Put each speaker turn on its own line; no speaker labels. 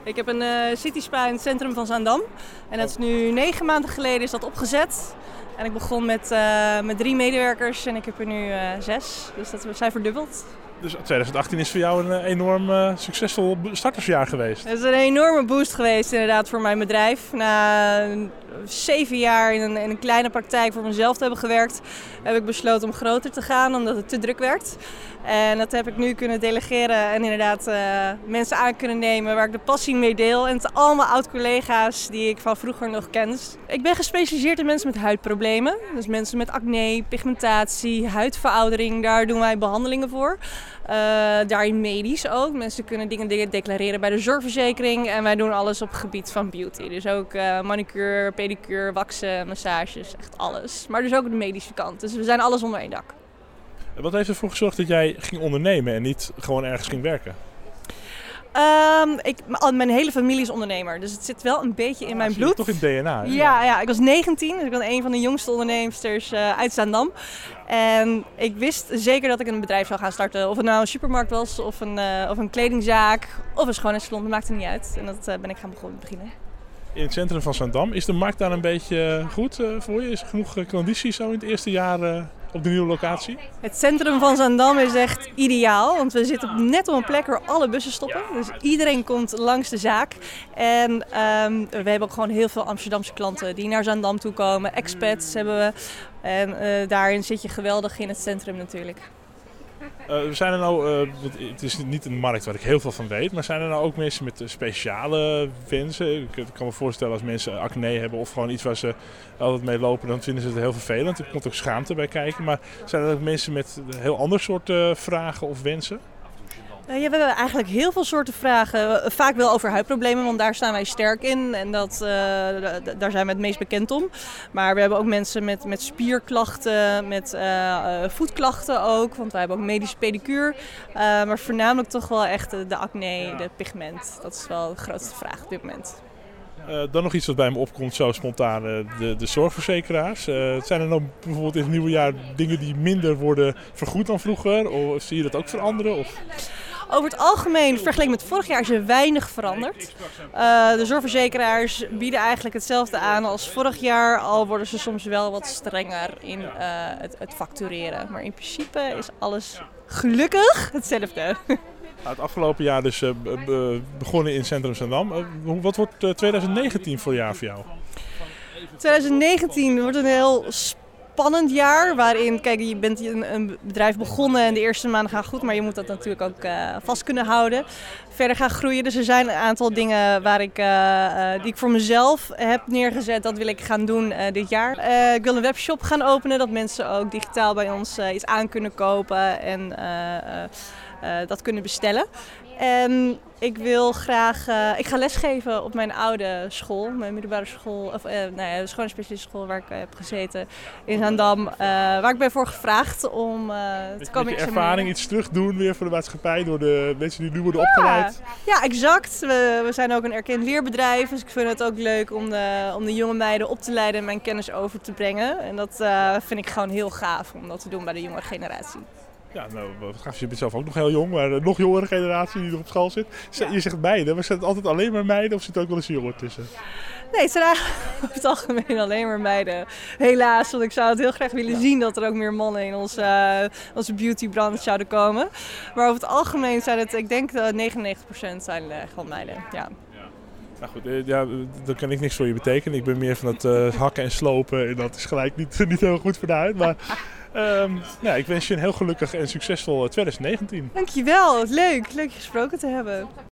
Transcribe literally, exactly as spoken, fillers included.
Ik heb een uh, city spa in het centrum van Zaandam. En dat is nu negen maanden geleden is dat opgezet. En ik begon met, uh, met drie medewerkers en ik heb er nu uh, zes. Dus dat, we zijn verdubbeld.
Dus twintig achttien is voor jou een enorm uh, succesvol startersjaar geweest.
Het is een enorme boost geweest inderdaad voor mijn bedrijf. Na zeven jaar in een, in een kleine praktijk voor mezelf te hebben gewerkt, heb ik besloten om groter te gaan omdat het te druk werd. En dat heb ik nu kunnen delegeren en inderdaad uh, mensen aan kunnen nemen waar ik de passie mee deel. En het zijn allemaal oud-collega's die ik van vroeger nog ken. Ik ben gespecialiseerd in mensen met huidproblemen. Dus mensen met acne, pigmentatie, huidveroudering, daar doen wij behandelingen voor. Uh, daarin medisch ook. Mensen kunnen dingen, dingen declareren bij de zorgverzekering. En wij doen alles op het gebied van beauty. Dus ook uh, manicure, pedicure, waxen, massages, echt alles. Maar dus ook de medische kant. Dus we zijn alles onder één dak.
Wat heeft ervoor gezorgd dat jij ging ondernemen en niet gewoon ergens ging werken?
Um, ik, mijn hele familie is ondernemer, dus het zit wel een beetje in
ah,
mijn bloed.
Toch in het D N A? Hè?
Ja, ja, ik was negentien, dus ik ben een van de jongste ondernemsters uh, uit Zaandam. En ik wist zeker dat ik een bedrijf zou gaan starten. Of het nou een supermarkt was, of een, uh, of een kledingzaak, of een schoonheidssalon, dat maakte niet uit. En dat uh, ben ik gaan beginnen.
In het centrum van Zaandam, is de markt daar een beetje goed uh, voor je? Is er genoeg uh, klanditie zo in het eerste jaar uh, op de nieuwe locatie?
Het centrum van Zaandam is echt ideaal, want we zitten net op een plek waar alle bussen stoppen. Dus iedereen komt langs de zaak. En um, we hebben ook gewoon heel veel Amsterdamse klanten die naar Zaandam toe komen. Expats hebben we. En uh, daarin zit je geweldig in het centrum natuurlijk.
Uh, zijn er nou, uh, het is niet een markt waar ik heel veel van weet, maar zijn er nou ook mensen met speciale wensen? Ik kan me voorstellen als mensen acne hebben of gewoon iets waar ze altijd mee lopen, dan vinden ze het heel vervelend. Er komt ook schaamte bij kijken, maar zijn er ook mensen met een heel ander soort uh, vragen of wensen?
Ja, we hebben eigenlijk heel veel soorten vragen. Vaak wel over huidproblemen, want daar staan wij sterk in. En dat, uh, daar zijn we het meest bekend om. Maar we hebben ook mensen met, met spierklachten, met uh, voetklachten ook. Want wij hebben ook medische pedicure. Uh, maar voornamelijk toch wel echt de, de acne, de pigment. Dat is wel de grootste vraag op dit moment.
Uh, dan nog iets wat bij me opkomt, zo spontaan, uh, de, de zorgverzekeraars. Uh, zijn er nou bijvoorbeeld in het nieuwe jaar dingen die minder worden vergoed dan vroeger? Of zie je dat ook veranderen? Of?
Over het algemeen, vergeleken met vorig jaar, is er weinig veranderd. Uh, de zorgverzekeraars bieden eigenlijk hetzelfde aan als vorig jaar, al worden ze soms wel wat strenger in uh, het, het factureren. Maar in principe is alles gelukkig hetzelfde.
Het afgelopen jaar dus uh, be- begonnen in Centrum Zaandam. Uh, wat wordt uh, twintig negentien voor jaar voor jou?
twintig negentien wordt een heel spannend jaar waarin, kijk, je bent een, een bedrijf begonnen en de eerste maanden gaan goed, maar je moet dat natuurlijk ook uh, vast kunnen houden. Verder gaan groeien, dus er zijn een aantal dingen waar ik, uh, uh, die ik voor mezelf heb neergezet, dat wil ik gaan doen uh, dit jaar. Uh, ik wil een webshop gaan openen, dat mensen ook digitaal bij ons uh, iets aan kunnen kopen en uh, uh, uh, dat kunnen bestellen. En ik wil graag, uh, ik ga lesgeven op mijn oude school, mijn middelbare school, of uh, nou ja, de schoonheidsspecialistschool waar ik uh, heb gezeten in Zaandam, uh, waar ik ben voor gevraagd om uh, te komen
Met je ervaring iets terug doen weer voor de maatschappij door de mensen die nu worden
ja,
opgeleid.
Ja, exact. We, we zijn ook een erkend leerbedrijf, dus ik vind het ook leuk om de, om de jonge meiden op te leiden en mijn kennis over te brengen. En dat uh, vind ik gewoon heel gaaf om dat te doen bij de jongere generatie.
Ja, nou, wat gaaf, je bent zelf ook nog heel jong, maar nog jongere generatie die nog op school zit. Ja. Je zegt meiden, maar zijn het altijd alleen maar meiden of zit er ook wel eens een jongen tussen?
Nee, het zijn eigenlijk over het algemeen alleen maar meiden. Helaas, want ik zou het heel graag willen ja. zien dat er ook meer mannen in onze, uh, onze beautybranche zouden komen. Maar over het algemeen zijn het, ik denk uh, negenennegentig procent zijn uh, gewoon meiden, ja.
Nou goed, ja, dan kan ik niks voor je betekenen. Ik ben meer van het uh, hakken en slopen en dat is gelijk niet, niet heel goed voor de huid. Maar um, ja, ik wens je een heel gelukkig en succesvol twintig negentien.
Dankjewel, leuk. Leuk je gesproken te hebben.